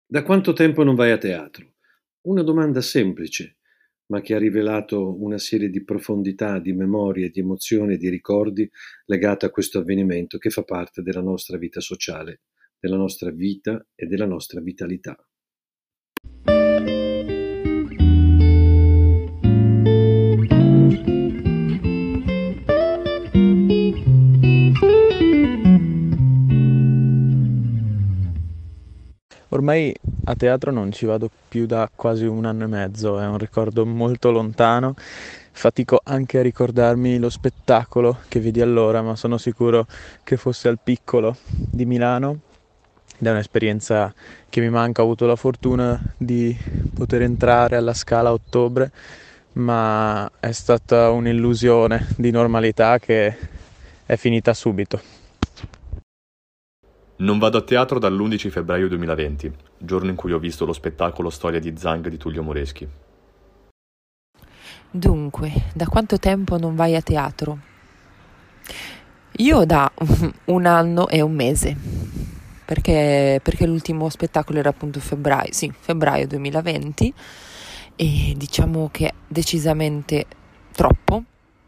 Da quanto tempo non vai a teatro? Una domanda semplice, ma che ha rivelato una serie di profondità, di memorie, di emozioni e di ricordi legate a questo avvenimento che fa parte della nostra vita sociale, della nostra vita e della nostra vitalità. Ormai a teatro non ci vado più da quasi un anno e mezzo, è un ricordo molto lontano. Fatico anche a ricordarmi lo spettacolo che vidi allora, ma sono sicuro che fosse al Piccolo di Milano. Ed è un'esperienza che mi manca. Ho avuto la fortuna di poter entrare alla Scala a ottobre, ma è stata un'illusione di normalità che è finita subito. Non vado a teatro dall'11 febbraio 2020, giorno in cui ho visto lo spettacolo Storia di Zang di Tullio Moreschi. Dunque, da quanto tempo non vai a teatro? Io da un anno e un mese, perché l'ultimo spettacolo era appunto febbraio 2020 e diciamo che decisamente troppo,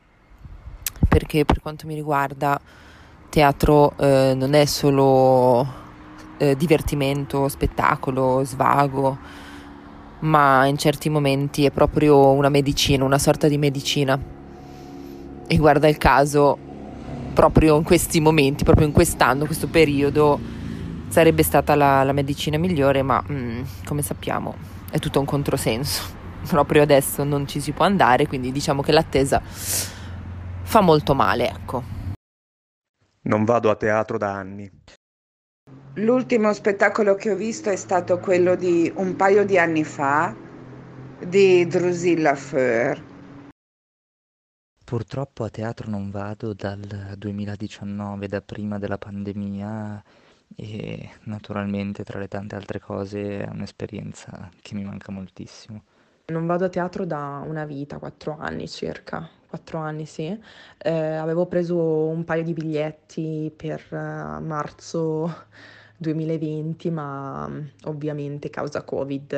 perché per quanto mi riguarda teatro non è solo divertimento, spettacolo, svago, ma in certi momenti è proprio una medicina, una sorta di medicina. E guarda il caso, proprio in questi momenti, proprio in quest'anno, questo periodo, sarebbe stata la medicina migliore, ma come sappiamo è tutto un controsenso. Proprio adesso non ci si può andare, quindi diciamo che l'attesa fa molto male, ecco. Non vado a teatro da anni. L'ultimo spettacolo che ho visto è stato quello di un paio di anni fa di Drusilla Föhr. Purtroppo a teatro non vado dal 2019, da prima della pandemia, e naturalmente tra le tante altre cose è un'esperienza che mi manca moltissimo. Non vado a teatro da una vita, 4 anni circa, 4 anni sì. Avevo preso un paio di biglietti per marzo 2020, ma ovviamente causa Covid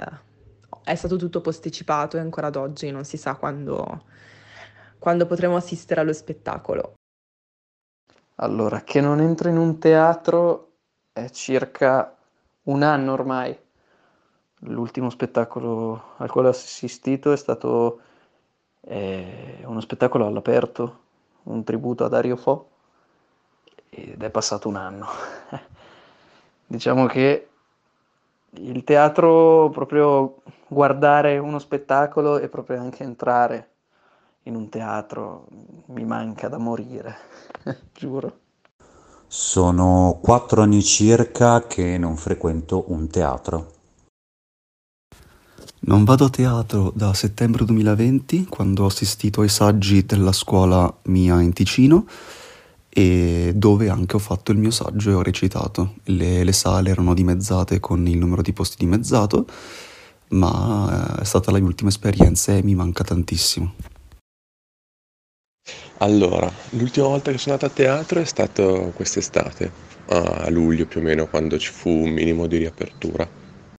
è stato tutto posticipato e ancora ad oggi non si sa quando potremo assistere allo spettacolo. Allora, che non entro in un teatro è circa un anno ormai. L'ultimo spettacolo al quale ho assistito è stato uno spettacolo all'aperto, un tributo a Dario Fo, ed è passato un anno. Diciamo che il teatro, proprio guardare uno spettacolo e proprio anche entrare in un teatro, mi manca da morire, giuro. Sono 4 anni circa che non frequento un teatro. Non vado a teatro da settembre 2020, quando ho assistito ai saggi della scuola mia in Ticino, e dove anche ho fatto il mio saggio e ho recitato. Le sale erano dimezzate con il numero di posti dimezzato, ma è stata la mia ultima esperienza e mi manca tantissimo. Allora, l'ultima volta che sono andato a teatro è stato quest'estate, a luglio più o meno, quando ci fu un minimo di riapertura.